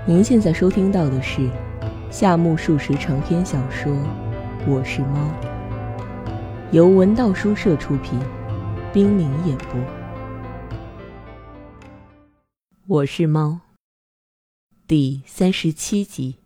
您现在收听到的是夏目漱石长篇小说《我是猫》，由文道书社出品，冰凌演播。我是猫，第37集。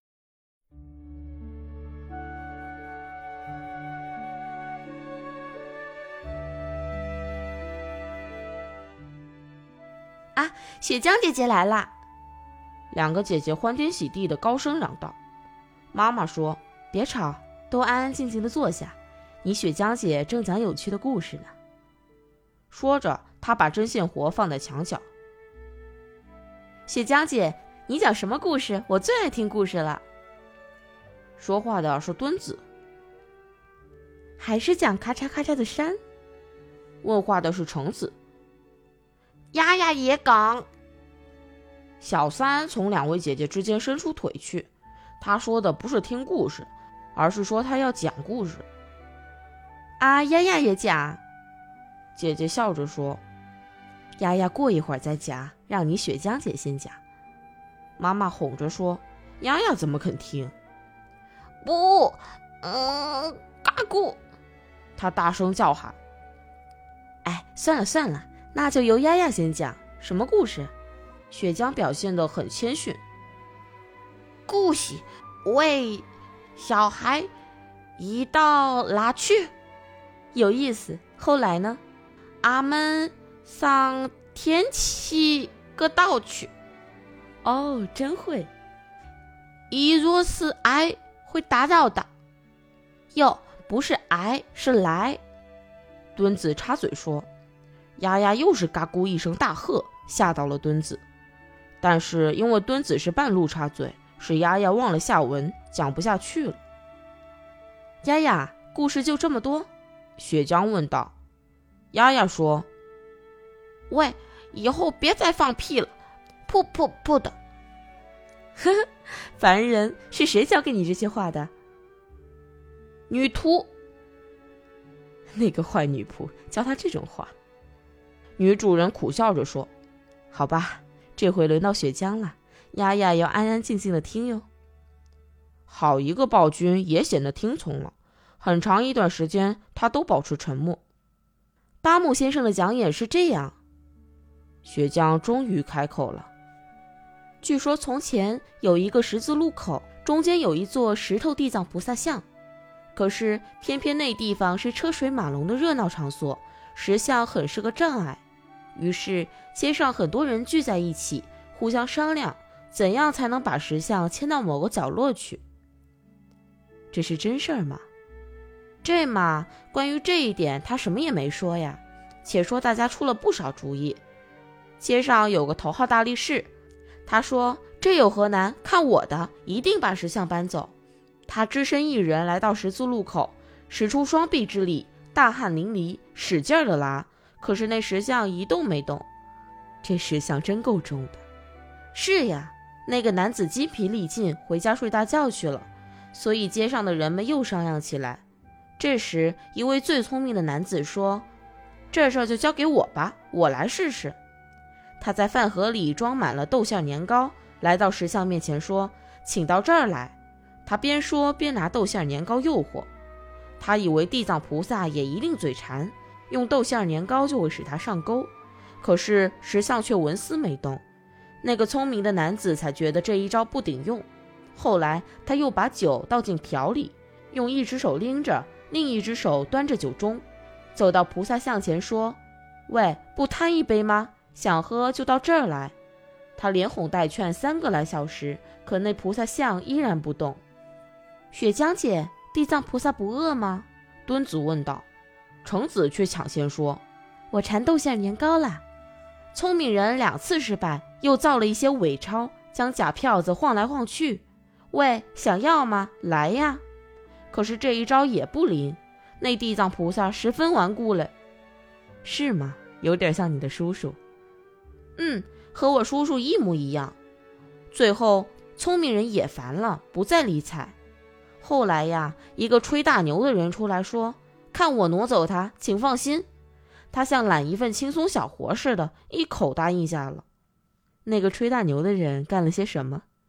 啊，雪江姐姐来啦！ 两个姐姐欢天喜地的高声嚷道。妈妈说：“别吵，都安安静静的坐下，你雪江姐正讲有趣的故事呢。”说着，她把针线活放在墙角。 雪江姐，你讲什么故事？我最爱听故事了。 说话的是墩子。 还是讲咔嚓咔嚓的山？ 问话的是橙子。 丫丫也讲。 小三从两位姐姐之间伸出腿去，她说的不是听故事，而是说她要讲故事。 啊，丫丫也讲。 姐姐笑着说：“ 丫丫过一会儿再讲，让你雪江姐先讲。” 妈妈哄着说：“丫丫怎么肯听？” 不，嘎咕！ 她大声叫喊。 哎，算了算了，那就由丫丫先讲。什么故事？ 雪江表现得很谦逊。 故事为小孩一道拿去。有意思。后来呢？俺们上天气个道去。 哦，真会。 一若是爱会打扰的。哟，不是爱，是来。 墩子插嘴说。丫丫又是嘎咕一声大喝，吓到了墩子。但是因为墩子是半路插嘴，使丫丫忘了下文，讲不下去了。 丫丫，故事就这么多？ 雪江问道。丫丫说：“ 喂，以后别再放屁了，噗噗噗的。” 呵呵，烦人，是谁教给你这些话的？ 女仆。 那个坏女仆教她这种话。 女主人苦笑着说：“ 好吧，这回轮到雪江了，丫丫要安安静静的听哟。” 好一个暴君也显得听从了，很长一段时间他都保持沉默。 八木先生的讲演是这样。 雪江终于开口了。 据说从前有一个十字路口，中间有一座石头地藏菩萨像，可是偏偏那地方是车水马龙的热闹场所，石像很是个障碍。于是街上很多人聚在一起，互相商量怎样才能把石像迁到某个角落去。这是真事儿吗？ 这嘛，关于这一点他什么也没说呀。且说大家出了不少主意。街上有个头号大力士，他说这有何难，看我的，一定把石像搬走。他只身一人来到十字路口，使出双臂之力，大汗淋漓，使劲儿的拉，可是那石像一动没动。 这石像真够重的。 是呀，那个男子筋疲力尽，回家睡大觉去了，所以街上的人们又商量起来。这时一位最聪明的男子说：“这事儿就交给我吧，我来试试。”他在饭盒里装满了豆馅年糕，来到石像面前说：“请到这儿来。”他边说边拿豆馅年糕诱惑。他以为地藏菩萨也一定嘴馋，用豆馅年糕就会使他上钩，可是石像却纹丝没动。那个聪明的男子才觉得这一招不顶用。后来他又把酒倒进瓢里，用一只手拎着，另一只手端着酒盅，走到菩萨像前说：“喂，不贪一杯吗？想喝就到这儿来。”他连哄带劝3个来小时，可那菩萨像依然不动。雪江姐，地藏菩萨不饿吗？ 墩子问道。橙子却抢先说：“ 我馋豆馅年糕啦。”聪明人2次失败，又造了一些伪钞，将假票子晃来晃去。喂，想要吗？来呀！可是这一招也不灵，那地藏菩萨十分顽固了。 是吗？有点像你的叔叔。 和我叔叔一模一样。最后聪明人也烦了，不再理睬。后来呀，一个吹大牛的人出来说：“看我挪走他，请放心。”他像揽一份轻松小活似的，一口答应下了。 那个吹大牛的人干了些什么？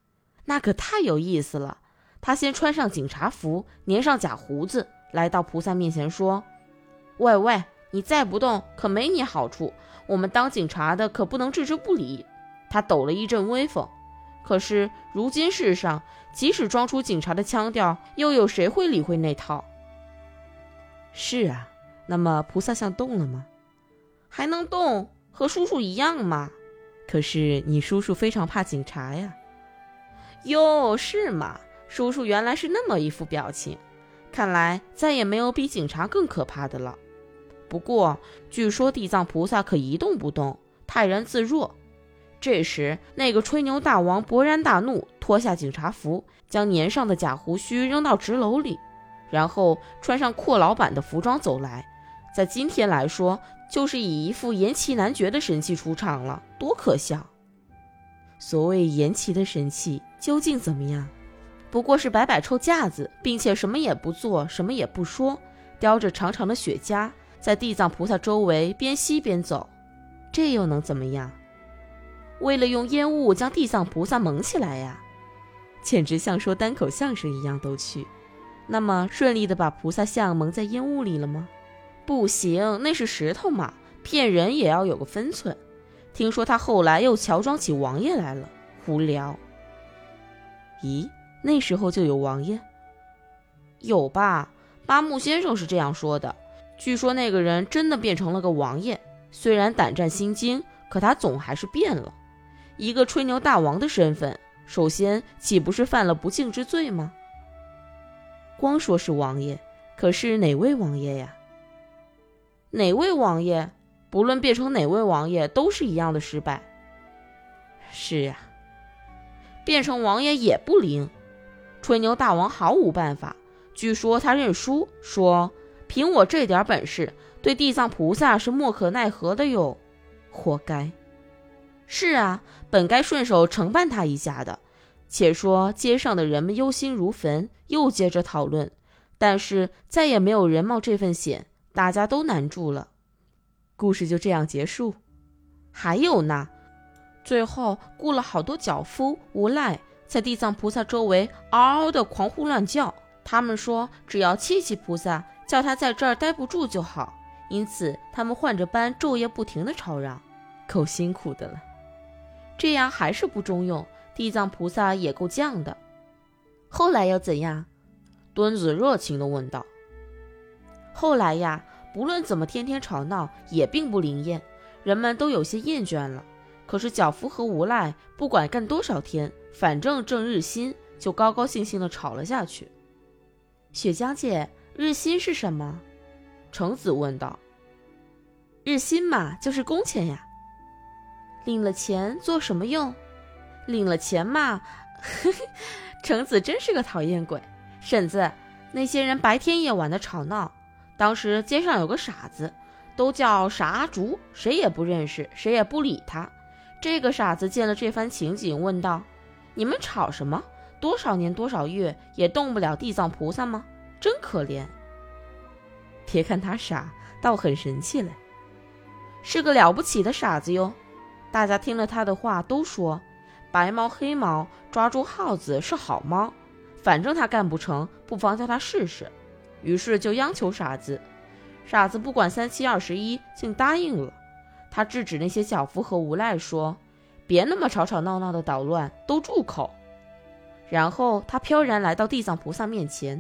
那可太有意思了。他先穿上警察服，粘上假胡子，来到菩萨面前说：喂喂，你再不动可没你好处，我们当警察的可不能置之不理。他抖了一阵威风。可是如今世上，即使装出警察的腔调，又有谁会理会那套？是啊，那么菩萨像动了吗？还能动，和叔叔一样嘛。可是你叔叔非常怕警察呀。哟，是吗？叔叔原来是那么一副表情，看来再也没有比警察更可怕的了。不过据说地藏菩萨可一动不动，泰然自若。这时那个吹牛大王勃然大怒，脱下警察服，将粘上的假胡须扔到纸篓里，然后穿上阔老板的服装走来。在今天来说，就是以一副颜奇难绝的神气出场了，多可笑。所谓颜奇的神气究竟怎么样？不过是摆摆臭架子，并且什么也不做，什么也不说，叼着长长的雪茄，在地藏菩萨周围边吸边走，这又能怎么样？为了用烟雾将地藏菩萨蒙起来呀，简直像说单口相声一样逗趣。那么顺利的把菩萨像蒙在烟雾里了吗？不行，那是石头嘛，骗人也要有个分寸。听说他后来又乔装起王爷来了，无聊。咦，那时候就有王爷？有吧，八木先生是这样说的。据说那个人真的变成了个王爷，虽然胆战心惊，可他总还是变了。一个吹牛大王的身份，首先岂不是犯了不敬之罪吗？光说是王爷，可是哪位王爷呀？哪位王爷？不论变成哪位王爷，都是一样的失败。是啊，变成王爷也不灵。吹牛大王毫无办法，据说他认输，说凭我这点本事，对地藏菩萨是莫可奈何的哟，活该。是啊，本该顺手惩办他一下的。且说街上的人们忧心如焚，又接着讨论，但是再也没有人冒这份险，大家都难住了。故事就这样结束。还有呢，最后雇了好多脚夫无赖，在地藏菩萨周围嗷嗷的狂呼乱叫。他们说只要气气菩萨，叫他在这儿待不住就好，因此他们换着班昼夜不停地吵嚷，够辛苦的了。这样还是不中用，地藏菩萨也够犟的。后来又怎样？墩子热情地问道。后来呀，不论怎么天天吵闹，也并不灵验，人们都有些厌倦了。可是脚夫和无赖不管干多少天，反正正日新，就高高兴兴地吵了下去。雪江姐，日薪是什么？橙子问道。日薪嘛，就是工钱呀。领了钱做什么用？领了钱嘛，橙子真是个讨厌鬼。婶子，那些人白天夜晚的吵闹，当时街上有个傻子，都叫傻阿竹，谁也不认识，谁也不理他。这个傻子见了这番情景，问道：你们吵什么？多少年多少月也动不了地藏菩萨吗？真可怜。别看他傻，倒很神气嘞，是个了不起的傻子哟。大家听了他的话都说，白猫黑猫抓住耗子是好猫，反正他干不成，不妨叫他试试。于是就央求傻子，傻子不管3七21，竟答应了。他制止那些脚夫和无赖说，别那么吵吵闹闹的捣乱，都住口。然后他飘然来到地藏菩萨面前。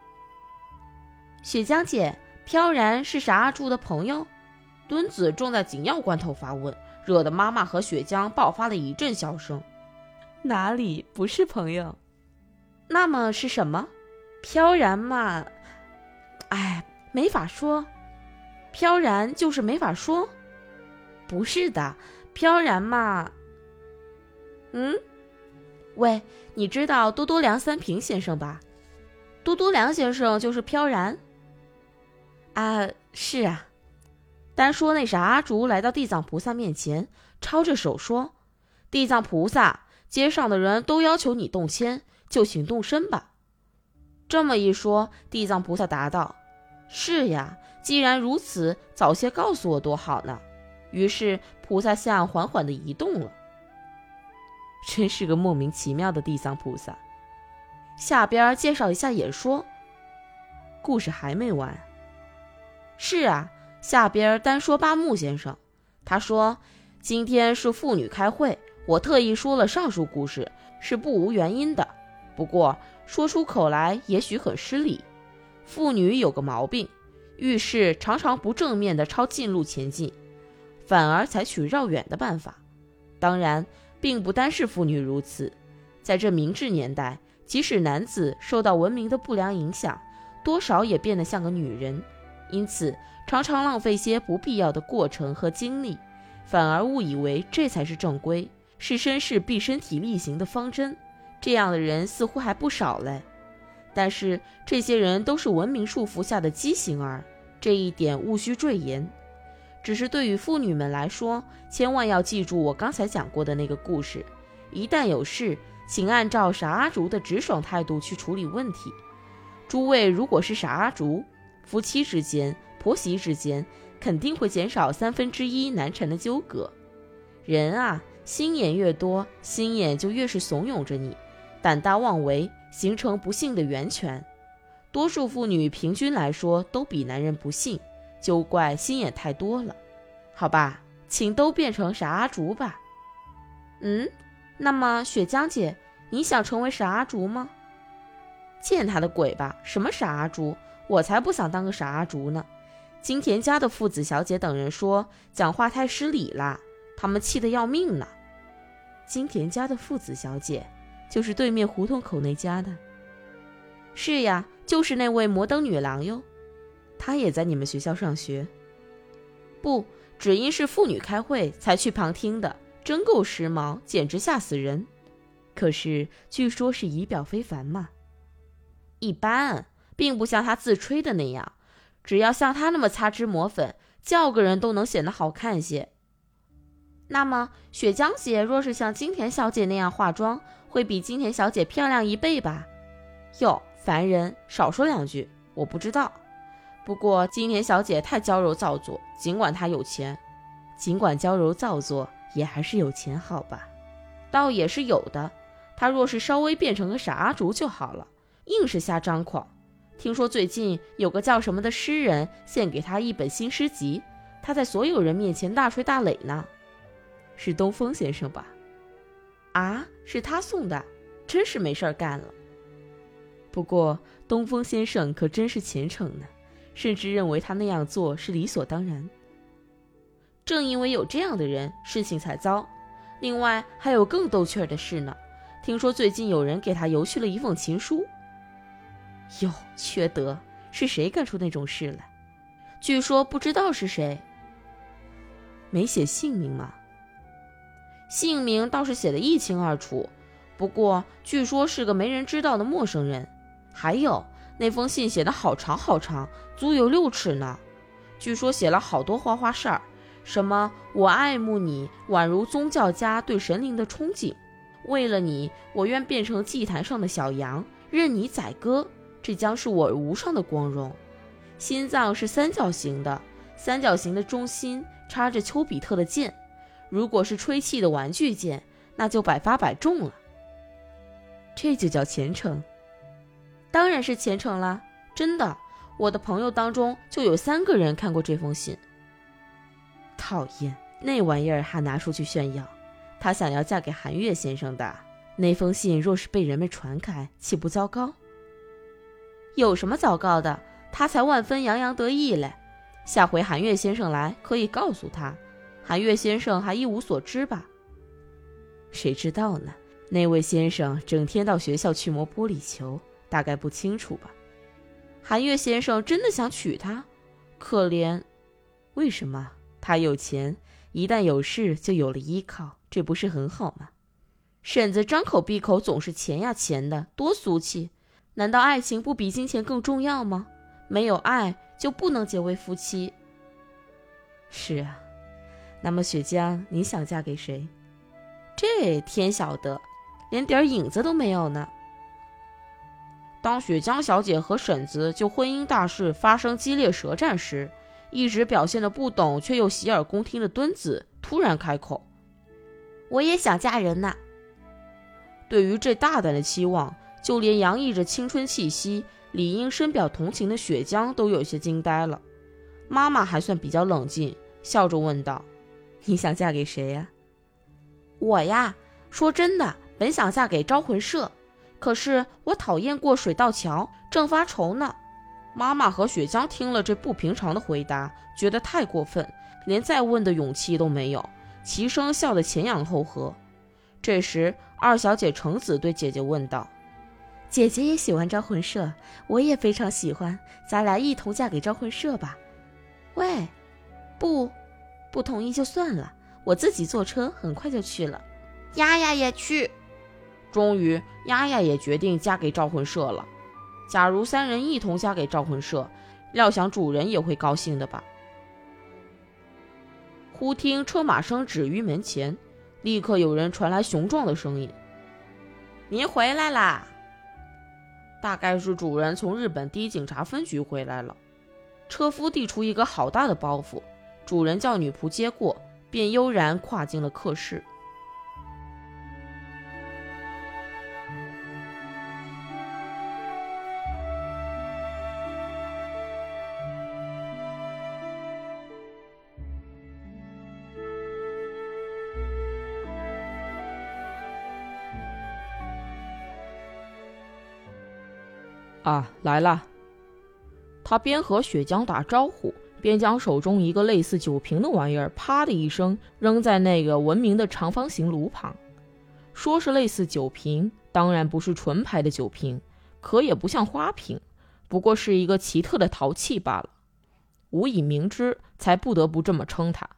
雪江姐，飘然是傻阿柱的朋友？墩子正在紧要关头发问，惹得妈妈和雪江爆发了一阵笑声。 哪里不是朋友？ 那么是什么？飘然嘛，哎，没法说。飘然就是没法说？不是的，飘然嘛。喂，你知道多多良三平先生吧？多多良先生就是飘然。啊，是啊。单说那傻阿竹来到地藏菩萨面前，抄着手说，地藏菩萨，街上的人都要求你动迁，就请动身吧。这么一说，地藏菩萨答道，是呀，既然如此，早些告诉我多好呢。于是菩萨像缓缓地移动了。 真是个莫名其妙的地藏菩萨。下边介绍一下也说，故事还没完。是啊，下边单说八木先生，他说今天是妇女开会，我特意说了上述故事，是不无原因的。不过说出口来也许很失礼。妇女有个毛病，遇事常常不正面的朝近路前进，反而采取绕远的办法。当然并不单是妇女如此，在这明治年代，即使男子受到文明的不良影响，多少也变得像个女人，因此常常浪费些不必要的过程和精力，反而误以为这才是正规，是绅士必身体力行的方针。这样的人似乎还不少嘞。但是这些人都是文明束缚下的畸形儿，这一点毋需赘言。只是对于妇女们来说，千万要记住我刚才讲过的那个故事，一旦有事，请按照傻阿竹的直爽态度去处理问题。诸位如果是傻阿竹，夫妻之间、婆媳之间，肯定会减少1/3难缠的纠葛。人啊，心眼越多，心眼就越是怂恿着你，胆大妄为，形成不幸的源泉。多数妇女平均来说都比男人不幸，就怪心眼太多了。好吧，请都变成傻阿竹吧。那么雪江姐，你想成为傻阿竹吗？见他的鬼吧，什么傻阿竹，我才不想当个傻阿竹呢。金田家的父子小姐等人说讲话太失礼啦，他们气得要命呢。金田家的父子小姐就是对面胡同口那家的。是呀，就是那位摩登女郎哟。她也在你们学校上学？不，只因是妇女开会才去旁听的，真够时髦，简直吓死人。可是据说是仪表非凡嘛。一般，并不像她自吹的那样，只要像她那么擦脂抹粉，叫个人都能显得好看些。那么雪江姐若是像金田小姐那样化妆，会比金田小姐漂亮1倍吧？哟，烦人，少说2句，我不知道。不过金田小姐太娇柔造作，尽管她有钱，尽管娇柔造作，也还是有钱好吧？倒也是有的，她若是稍微变成个傻阿竹就好了，硬是瞎张狂。听说最近有个叫什么的诗人献给她一本新诗集，她在所有人面前大吹大擂呢。是东风先生吧？啊，是他送的，真是没事干了。不过东风先生可真是虔诚呢，甚至认为他那样做是理所当然。正因为有这样的人，事情才糟。另外还有更逗趣儿的事呢，听说最近有人给他邮去了一封情书。哟，缺德，是谁干出那种事来？据说不知道是谁。没写姓名吗？姓名倒是写得一清二楚，不过据说是个没人知道的陌生人。还有那封信写得好长好长，足有6尺呢。据说写了好多花花事儿，什么我爱慕你，宛如宗教家对神灵的憧憬，为了你，我愿变成祭坛上的小羊，任你宰割，这将是我无上的光荣。心脏是3角形的，3角形的中心插着丘比特的箭，如果是吹气的玩具箭，那就百发百中了。这就叫虔诚？当然是虔诚啦，真的，我的朋友当中就有3个人看过这封信。讨厌，那玩意儿还拿出去炫耀，他想要嫁给韩月先生的。那封信若是被人们传开，岂不糟糕？有什么糟糕的？他才万分洋洋得意嘞。下回韩月先生来，可以告诉他，韩月先生还一无所知吧？谁知道呢？那位先生整天到学校去磨玻璃球，大概不清楚吧。韩月先生真的想娶她？可怜。为什么？他有钱，一旦有事就有了依靠，这不是很好吗？婶子张口闭口总是钱呀钱的，多俗气。难道爱情不比金钱更重要吗？没有爱就不能结为夫妻。是啊，那么雪江，你想嫁给谁？这天晓得，连点影子都没有呢。当雪江小姐和婶子就婚姻大事发生激烈舌战时，一直表现得不懂却又洗耳恭听的墩子突然开口：我也想嫁人呐。 对于这大胆的期望，就连洋溢着青春气息、理应深表同情的雪江都有些惊呆了。妈妈还算比较冷静，笑着问道：“ 你想嫁给谁呀？”“ 我呀，说真的，本想嫁给招魂社，可是我讨厌过水道桥，正发愁呢。”妈妈和雪江听了这不平常的回答，觉得太过分，连再问的勇气都没有，齐声笑得前仰后合。这时，二小姐橙子对姐姐问道：“ 姐姐也喜欢招魂社，我也非常喜欢，咱俩一同嫁给招魂社吧。”“ 喂，不同意就算了，我自己坐车很快就去了。”“丫丫也去。”终于，丫丫也决定嫁给招魂社了。假如三人一同嫁给招魂社，料想主人也会高兴的吧。忽听车马声止于门前，立刻有人传来雄壮的声音：“您回来啦！”大概是主人从日本第一警察分局回来了。车夫递出一个好大的包袱，主人叫女仆接过，便悠然跨进了客室。 啊，来啦！ 他边和雪江打招呼，边将手中一个类似酒瓶的玩意儿啪的一声扔在那个闻名的长方形炉旁。说是类似酒瓶，当然不是纯牌的酒瓶，可也不像花瓶，不过是一个奇特的陶器罢了。无以明之，才不得不这么称它。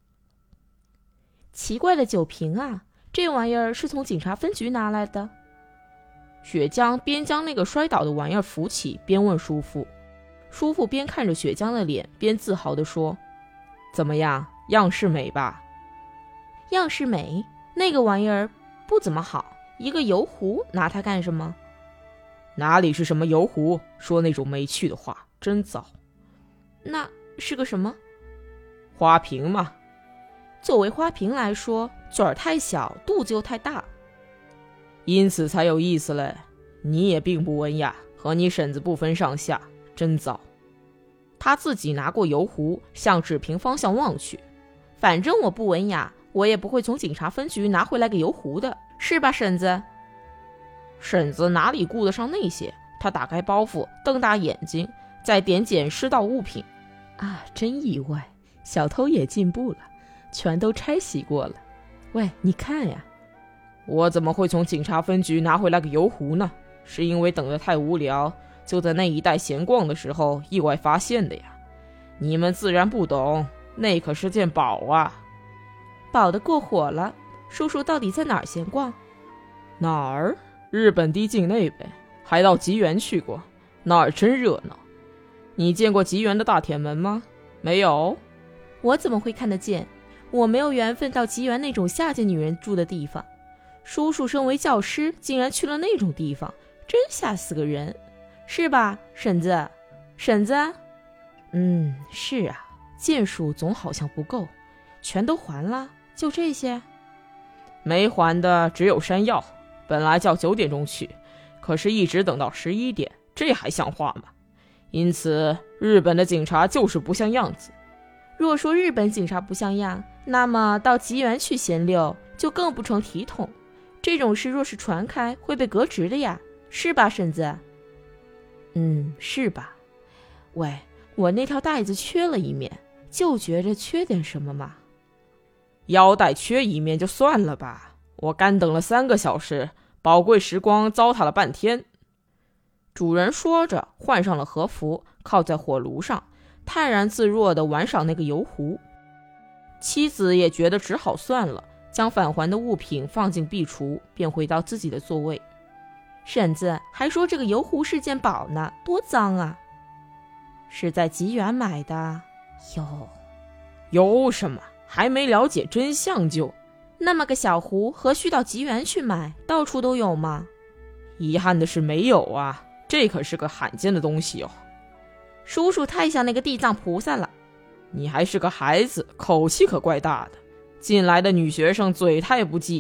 奇怪的酒瓶啊，这玩意儿是从警察分局拿来的。 雪江边将那个摔倒的玩意儿扶起，边问叔父。叔父边看着雪江的脸，边自豪地说：“ 怎么样，样式美吧？”“ 样式美？那个玩意儿不怎么好，一个油壶，拿它干什么？”“ 哪里是什么油壶，说那种没趣的话，真糟。”“ 那是个什么？”“ 花瓶嘛。”“ 作为花瓶来说，嘴儿太小，肚子又太大。”“ 因此才有意思嘞。你也并不文雅，和你婶子不分上下，真糟。” 他自己拿过油壶，向纸瓶方向望去。 “反正我不文雅，我也不会从警察分局拿回来个油壶的，是吧，婶子？” 婶子哪里顾得上那些？他打开包袱，瞪大眼睛，再点检失盗物品。 “啊，真意外，小偷也进步了，全都拆洗过了。喂，你看呀。”“ 我怎么会从警察分局拿回来个油壶呢？是因为等得太无聊，就在那一带闲逛的时候意外发现的呀。你们自然不懂，那可是件宝啊。”“ 宝的过火了，叔叔到底在哪儿闲逛？”“ 哪儿？日本低境内呗，还到吉原去过，那儿真热闹。你见过吉原的大铁门吗？没有？”“ 我怎么会看得见？我没有缘分到吉原那种下贱女人住的地方。叔叔身为教师，竟然去了那种地方，真吓死个人，是吧，婶子？婶子？”“ 是啊，件数总好像不够，全都还了，就这些。”“ 没还的只有山药，本来叫9点钟去，可是一直等到11点，这还像话吗？因此，日本的警察就是不像样子。”“ 若说日本警察不像样，那么到吉原去闲溜就更不成体统。这种事若是传开，会被革职的呀，是吧，婶子？”“ 是吧？ 喂，我那条带子缺了一面，就觉着缺点什么嘛。”“ 腰带缺一面就算了吧，我干等了3个小时，宝贵时光糟蹋了半天。” 主人说着，换上了和服，靠在火炉上，泰然自若地玩赏那个油壶。妻子也觉得只好算了，将返还的物品放进壁橱，便回到自己的座位。 “婶子还说这个油壶是件宝呢，多脏啊！”“ 是在吉原买的。”“ 有什么？还没了解真相就…… 那么个小壶，何须到吉原去买？到处都有吗？”“ 遗憾的是没有啊，这可是个罕见的东西哦。”“ 叔叔太像那个地藏菩萨了。”“ 你还是个孩子，口气可怪大的。进来的女学生嘴太不济，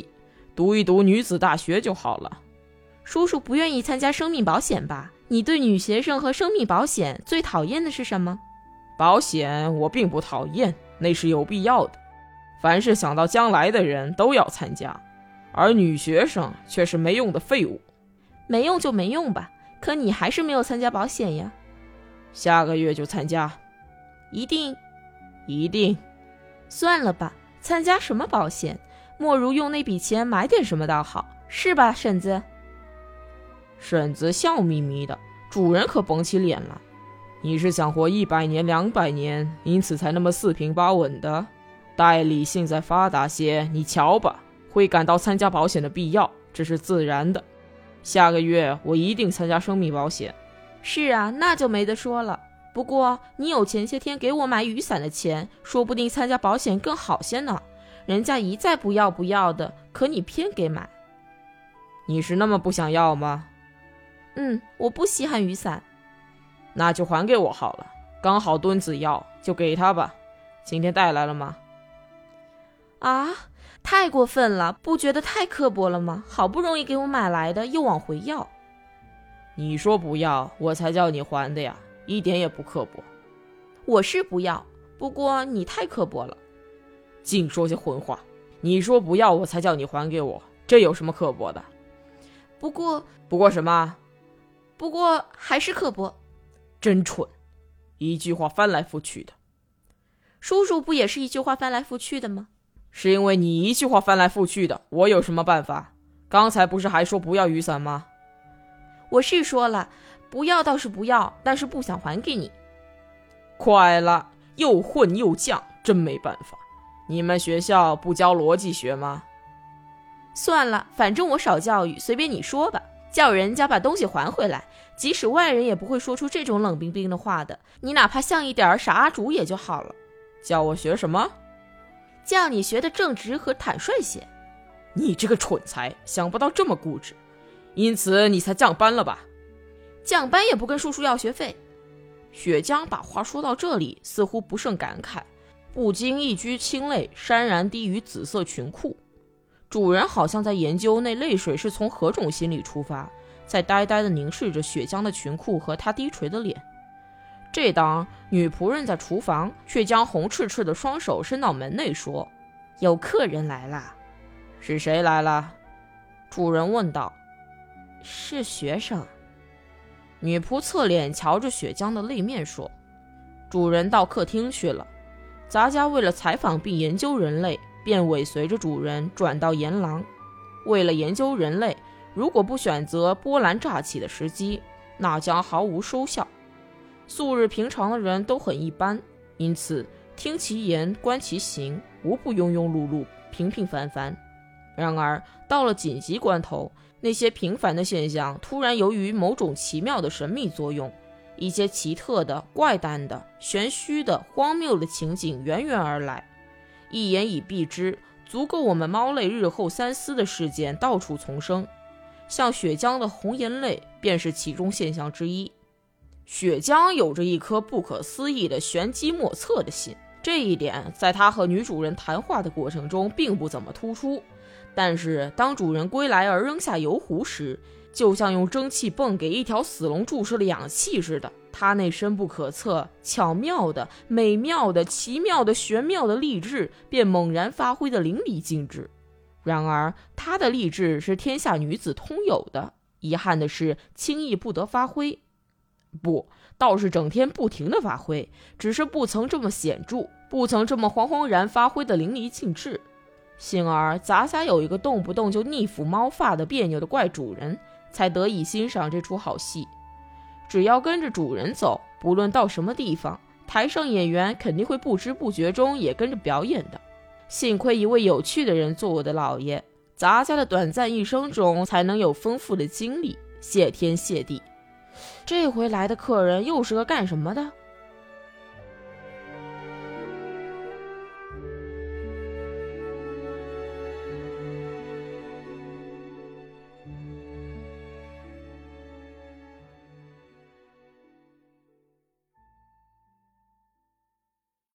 读一读女子大学就好了。 叔叔不愿意参加生命保险吧？你对女学生和生命保险最讨厌的是什么？ 保险我并不讨厌，那是有必要的。凡是想到将来的人都要参加，而女学生却是没用的废物。 没用就没用吧，可你还是没有参加保险呀。 下个月就参加。 一定？ 一定。 算了吧，参加什么保险？莫如用那笔钱买点什么倒好，是吧，婶子？ 婶子笑眯眯的，主人可绷起脸了。你是想活100年200年，因此才那么四平八稳的？待理性再发达些，你瞧吧，会感到参加保险的必要，这是自然的。下个月我一定参加生命保险。 是啊，那就没得说了。不过你有前些天给我买雨伞的钱，说不定参加保险更好些呢。人家一再不要不要的，可你偏给买。 你是那么不想要吗？ 我不稀罕雨伞。 那就还给我好了，刚好墩子要，就给他吧。今天带来了吗？ 啊，太过分了，不觉得太刻薄了吗？好不容易给我买来的，又往回要。 你说不要，我才叫你还的呀，一点也不刻薄。 我是不要，不过你太刻薄了。 净说些混话，你说不要，我才叫你还给我，这有什么刻薄的？ 不过什么？ 不过还是刻薄。 真蠢，一句话翻来覆去的。 叔叔不也是一句话翻来覆去的吗？ 是因为你一句话翻来覆去的，我有什么办法？刚才不是还说不要雨伞吗？ 我是说了，不要倒是不要，但是不想还给你。 快了，又混又犟，真没办法。你们学校不教逻辑学吗？ 算了，反正我少教育，随便你说吧。叫人家把东西还回来，即使外人也不会说出这种冷冰冰的话的。你哪怕像一点傻阿竹也就好了。 叫我学什么？ 叫你学的正直和坦率些。 你这个蠢材，想不到这么固执，因此你才降班了吧？ 降班也不跟叔叔要学费。 雪江把话说到这里，似乎不胜感慨，不禁一掬清泪，潸然滴于紫色裙裤。主人好像在研究那泪水是从何种心理出发，在呆呆地凝视着雪江的裙裤和她低垂的脸。这当女仆人在厨房却将红赤赤的双手伸到门内说：有客人来了。是谁来了？主人问道。是学生。女仆侧脸瞧着雪江的泪面说。主人到客厅去了。杂家为了采访并研究人类，便尾随着主人转到岩廊。为了研究人类，如果不选择波澜乍起的时机，那将毫无收效。素日平常的人都很一般，因此听其言观其行，无不庸庸碌碌，平平凡凡。然而到了紧急关头，那些平凡的现象突然由于某种奇妙的神秘作用，一些奇特的、怪诞的、玄虚的、荒谬的情景源源而来，一言以蔽之，足够我们猫类日后三思的事件到处丛生。像雪江的红颜泪便是其中现象之一。雪江有着一颗不可思议的玄机莫测的心，这一点在他和女主人谈话的过程中并不怎么突出，但是当主人归来而扔下油壶时，就像用蒸汽泵给一条死龙注射了氧气似的，他那深不可测、巧妙的、美妙的、奇妙的、玄妙的励志便猛然发挥得淋漓尽致。然而他的励志是天下女子通有的，遗憾的是轻易不得发挥。不，倒是整天不停地发挥，只是不曾这么显著，不曾这么惶惶然发挥的淋漓尽致。幸而杂家有一个动不动就逆抚猫发的别扭的怪主人，才得以欣赏这出好戏。只要跟着主人走，不论到什么地方，台上演员肯定会不知不觉中也跟着表演的。幸亏一位有趣的人做我的老爷，杂家的短暂一生中才能有丰富的经历，谢天谢地。这回来的客人又是个干什么的？